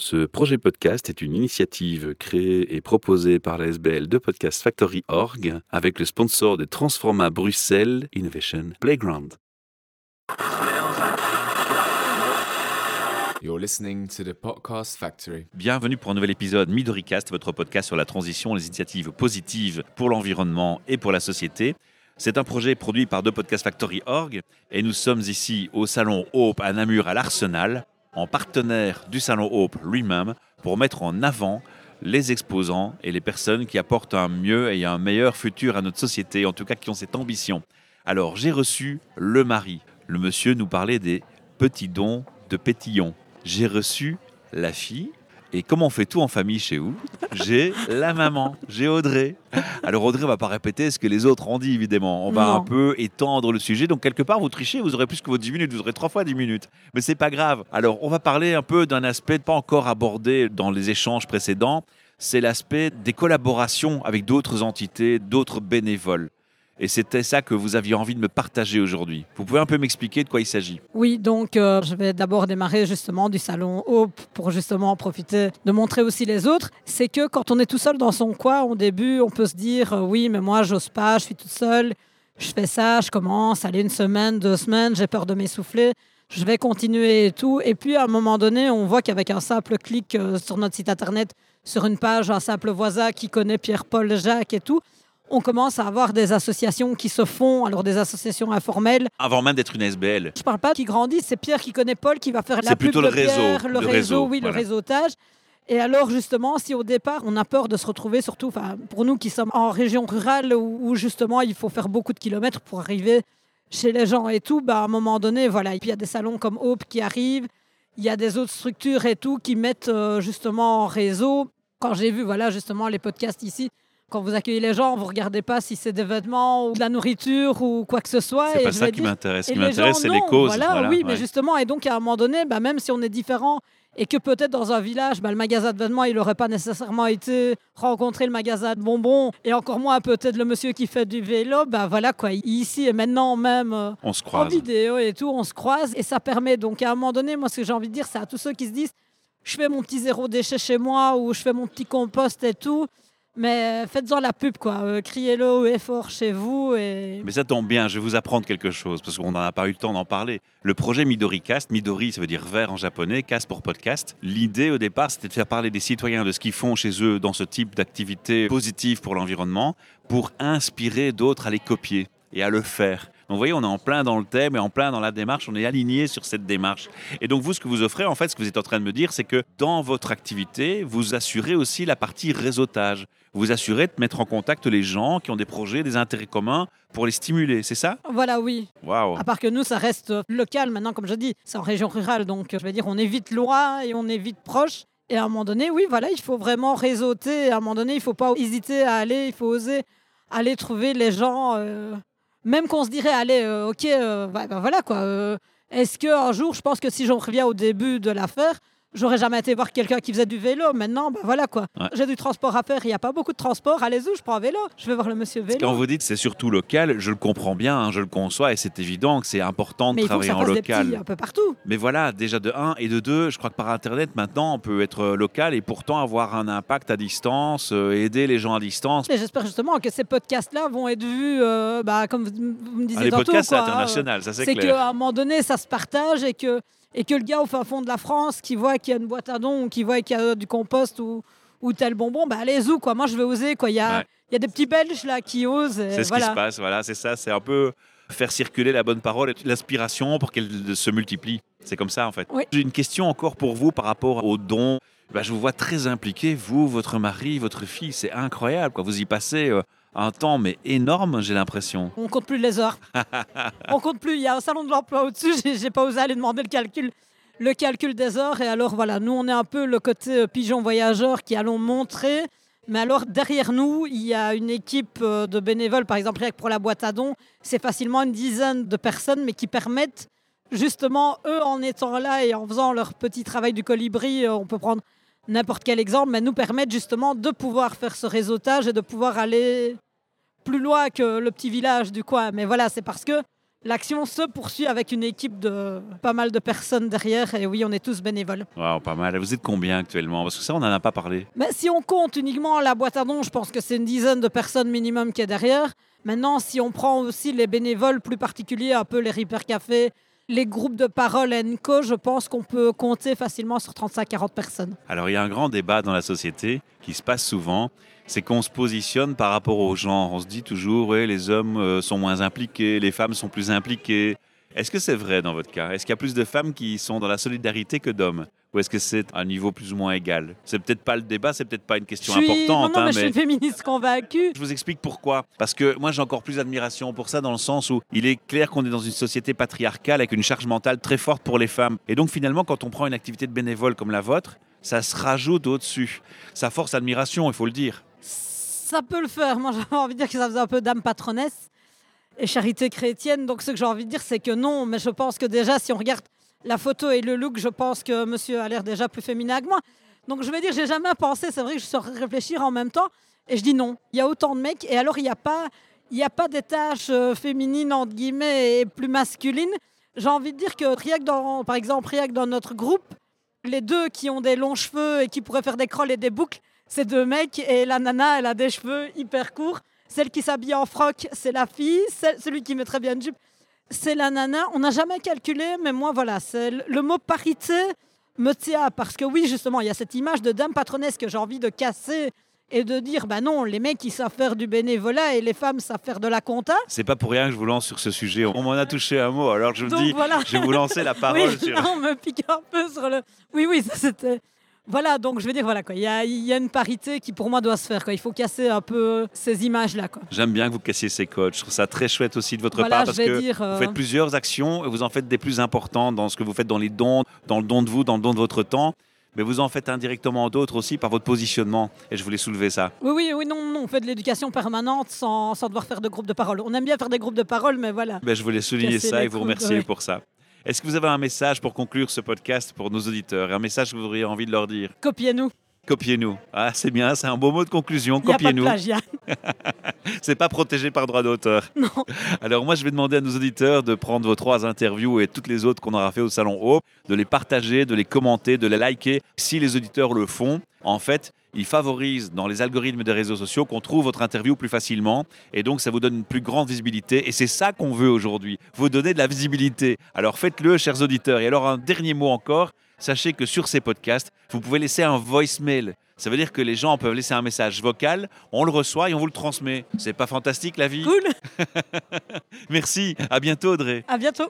Ce projet podcast est une initiative créée et proposée par la SBL de Podcast Factory Org avec le sponsor de Transforma Bruxelles Innovation Playground. You're listening to the Podcast Factory. Bienvenue pour un nouvel épisode MidoriCast, votre podcast sur la transition et les initiatives positives pour l'environnement et pour la société. C'est un projet produit par The Podcast Factory Org et nous sommes ici au Salon Hope à Namur à l'Arsenal, en partenaire du Salon Hope lui-même pour mettre en avant les exposants et les personnes qui apportent un mieux et un meilleur futur à notre société, en tout cas qui ont cette ambition. Alors j'ai reçu le mari. Le monsieur nous parlait des petits dons de Pétillon. J'ai reçu la fille. Et comme on fait tout en famille chez vous, j'ai la maman, j'ai Audrey. Alors Audrey ne va pas répéter ce que les autres ont dit, évidemment. On va un peu étendre le sujet. Donc quelque part, vous trichez, vous aurez plus que vos 10 minutes, vous aurez 3 fois 10 minutes. Mais c'est pas grave. Alors on va parler un peu d'un aspect pas encore abordé dans les échanges précédents. C'est l'aspect des collaborations avec d'autres entités, d'autres bénévoles. Et c'était ça que vous aviez envie de me partager aujourd'hui. Vous pouvez un peu m'expliquer de quoi il s'agit ? Oui, donc je vais d'abord démarrer justement du salon Hope pour justement profiter de montrer aussi les autres. C'est que quand on est tout seul dans son coin, au début, on peut se dire oui, mais moi, j'ose pas, je suis toute seule, je fais ça, je commence, allez, 1 semaine, 2 semaines, j'ai peur de m'essouffler, je vais continuer et tout. Et puis à un moment donné, on voit qu'avec un simple clic sur notre site internet, sur une page, un simple voisin qui connaît Pierre-Paul Jacques et tout, on commence à avoir des associations qui se font, alors des associations informelles. Avant même d'être une SBL. Je ne parle pas qui grandissent, c'est Pierre qui connaît Paul qui va faire la pub de Pierre, le réseau, oui, voilà. Le réseautage. Et alors justement, si au départ, on a peur de se retrouver, surtout pour nous qui sommes en région rurale où justement il faut faire beaucoup de kilomètres pour arriver chez les gens et tout, à un moment donné, voilà. Et puis il y a des salons comme Hope qui arrivent, il y a des autres structures et tout qui mettent justement en réseau. Quand j'ai vu, voilà, justement les podcasts ici, quand vous accueillez les gens, vous ne regardez pas si c'est des vêtements ou de la nourriture ou quoi que ce soit. C'est pas ça qui m'intéresse. Ce qui m'intéresse, c'est les causes. Voilà, oui, mais justement, et donc à un moment donné, même si on est différent et que peut-être dans un village, le magasin de vêtements, il n'aurait pas nécessairement été rencontrer le magasin de bonbons et encore moins peut-être le monsieur qui fait du vélo, voilà quoi. Ici et maintenant même, on se croise. En vidéo et tout, on se croise et ça permet donc à un moment donné, moi ce que j'ai envie de dire, c'est à tous ceux qui se disent, je fais mon petit zéro déchet chez moi ou je fais mon petit compost et tout. Mais faites-en la pub, quoi. Criez-le haut et fort chez vous. Mais ça tombe bien, je vais vous apprendre quelque chose, parce qu'on n'en a pas eu le temps d'en parler. Le projet MidoriCast, Midori, ça veut dire vert en japonais, cast pour podcast. L'idée, au départ, c'était de faire parler des citoyens de ce qu'ils font chez eux dans ce type d'activité positive pour l'environnement, pour inspirer d'autres à les copier et à le faire. Donc vous voyez, on est en plein dans le thème et en plein dans la démarche, on est aligné sur cette démarche. Et donc vous, ce que vous offrez, en fait, ce que vous êtes en train de me dire, c'est que dans votre activité, vous assurez aussi la partie réseautage. Vous assurez de mettre en contact les gens qui ont des projets, des intérêts communs pour les stimuler, c'est ça ? Voilà, oui. Waouh. À part que nous, ça reste local maintenant, comme je dis, c'est en région rurale, donc je vais dire, on est vite loin et on est vite proche. Et à un moment donné, oui, voilà, il faut vraiment réseauter. À un moment donné, il ne faut pas hésiter à aller, il faut oser aller trouver les gens... Même qu'on se dirait, allez, ok, voilà quoi. Est-ce qu'un jour, je pense que si j'en reviens au début de l'affaire, j'aurais jamais été voir quelqu'un qui faisait du vélo. Maintenant, voilà quoi. Ouais. J'ai du transport à faire, il n'y a pas beaucoup de transport. Allez-y, je prends un vélo, je vais voir le monsieur vélo. Quand vous dites c'est surtout local, je le comprends bien, je le conçois et c'est évident que c'est important de travailler en local. Mais il faut que ça fasse des petits un peu partout. Mais voilà, déjà de 1 et de 2, je crois que par Internet, maintenant, on peut être local et pourtant avoir un impact à distance, aider les gens à distance. Et j'espère justement que ces podcasts-là vont être vus, comme vous me disiez les tantôt. podcasts, quoi, c'est international, ça c'est clair. C'est qu'à un moment donné, ça se partage et que le gars au fin fond de la France qui voit qu'il y a une boîte à dons ou qui voit qu'il y a du compost ou tel bonbon, allez-y, quoi. Moi, je vais oser, quoi. Il y a des petits Belges là qui osent. C'est ce qui se passe, voilà, c'est ça. C'est un peu faire circuler la bonne parole et l'inspiration pour qu'elle se multiplie. C'est comme ça, en fait. Oui. J'ai une question encore pour vous par rapport aux dons. Je vous vois très impliqué, vous, votre mari, votre fille. C'est incroyable, quoi. Vous y passez... un temps mais énorme, j'ai l'impression. On compte plus les heures. On compte plus. Il y a un salon de l'emploi au-dessus. J'ai pas osé aller demander le calcul des heures. Et alors voilà, nous on est un peu le côté pigeon voyageur qui allons montrer. Mais alors derrière nous, il y a une équipe de bénévoles, par exemple rien que pour la boîte à dons, c'est facilement une dizaine de personnes, mais qui permettent justement eux en étant là et en faisant leur petit travail du colibri, on peut prendre n'importe quel exemple, mais nous permettent justement de pouvoir faire ce réseautage et de pouvoir aller plus loin que le petit village du coin. Mais voilà, c'est parce que l'action se poursuit avec une équipe de pas mal de personnes derrière. Et oui, on est tous bénévoles. Wow, pas mal. Vous êtes combien actuellement? Parce que ça, on n'en a pas parlé. Mais si on compte uniquement la boîte à dons, je pense que c'est une dizaine de personnes minimum qui est derrière. Maintenant, si on prend aussi les bénévoles plus particuliers, un peu les Repair Café, les groupes de parole Co, je pense qu'on peut compter facilement sur 35-40 personnes. Alors, il y a un grand débat dans la société qui se passe souvent, c'est qu'on se positionne par rapport au genre. On se dit toujours, ouais, les hommes sont moins impliqués, les femmes sont plus impliquées. Est-ce que c'est vrai dans votre cas? Est-ce qu'il y a plus de femmes qui sont dans la solidarité que d'hommes? Ou est-ce que c'est un niveau plus ou moins égal? C'est peut-être pas le débat, c'est peut-être pas une question importante. Non, mais je suis une féministe convaincue. Je vous explique pourquoi. Parce que moi, j'ai encore plus d'admiration pour ça, dans le sens où il est clair qu'on est dans une société patriarcale avec une charge mentale très forte pour les femmes. Et donc, finalement, quand on prend une activité de bénévole comme la vôtre, ça se rajoute au-dessus. Ça force admiration, il faut le dire. Ça peut le faire. Moi, j'avais envie de dire que ça faisait un peu d'âme patronesse et charité chrétienne. Donc, ce que j'ai envie de dire, c'est que non. Mais je pense que déjà, si on regarde la photo et le look, je pense que monsieur a l'air déjà plus féminin que moi. Donc, je vais dire, j'ai jamais pensé. C'est vrai que je suis en train de réfléchir en même temps. Et je dis non. Il y a autant de mecs. Et alors, il n'y a pas des tâches féminines, entre guillemets, et plus masculines. J'ai envie de dire que, par exemple, rien que dans notre groupe, les deux qui ont des longs cheveux et qui pourraient faire des crolls et des boucles, c'est deux mecs. Et la nana, elle a des cheveux hyper courts. Celle qui s'habille en froc, c'est la fille. Celui qui met très bien une jupe, c'est la nana. On n'a jamais calculé, mais moi, voilà, le mot parité me tient. Parce que oui, justement, il y a cette image de dame patronesse que j'ai envie de casser et de dire, bah non, les mecs, ils savent faire du bénévolat et les femmes savent faire de la compta. C'est pas pour rien que je vous lance sur ce sujet. On m'en a touché un mot, alors je vous dis, voilà. je vais vous lancer la parole. Oui, là, on me pique un peu sur le... Oui, ça c'était... Voilà, donc je veux dire, voilà quoi. Il y a une parité qui pour moi doit se faire, quoi. Il faut casser un peu ces images-là, quoi. J'aime bien que vous cassiez ces codes. Je trouve ça très chouette aussi de votre part parce que vous faites plusieurs actions et vous en faites des plus importantes dans ce que vous faites dans les dons, dans le don de vous, dans le don de votre temps. Mais vous en faites indirectement d'autres aussi par votre positionnement. Et je voulais soulever ça. Oui, non, on fait de l'éducation permanente sans devoir faire de groupes de parole. On aime bien faire des groupes de parole, mais voilà. Je voulais souligner ça et vous remercier pour ça. Est-ce que vous avez un message pour conclure ce podcast pour nos auditeurs? Un message que vous auriez envie de leur dire? Copiez-nous. Copiez-nous. Ah, c'est bien, c'est un beau mot de conclusion. Copiez-nous. Il n'y a pas de plagiat. C'est pas protégé par droit d'auteur. Non. Alors moi, je vais demander à nos auditeurs de prendre vos 3 interviews et toutes les autres qu'on aura fait au Salon Haut, de les partager, de les commenter, de les liker. Si les auditeurs le font, en fait, ils favorisent dans les algorithmes des réseaux sociaux qu'on trouve votre interview plus facilement. Et donc, ça vous donne une plus grande visibilité. Et c'est ça qu'on veut aujourd'hui, vous donner de la visibilité. Alors faites-le, chers auditeurs. Et alors, un dernier mot encore. Sachez que sur ces podcasts, vous pouvez laisser un voicemail. Ça veut dire que les gens peuvent laisser un message vocal, on le reçoit et on vous le transmet. C'est pas fantastique la vie? Cool. Merci, à bientôt Audrey. À bientôt.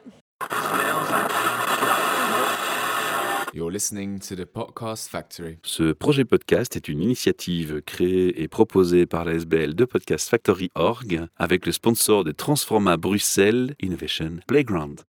You're listening to the Podcast Factory. Ce projet podcast est une initiative créée et proposée par la SBL de Podcast Factory Org avec le sponsor de Transforma Bruxelles Innovation Playground.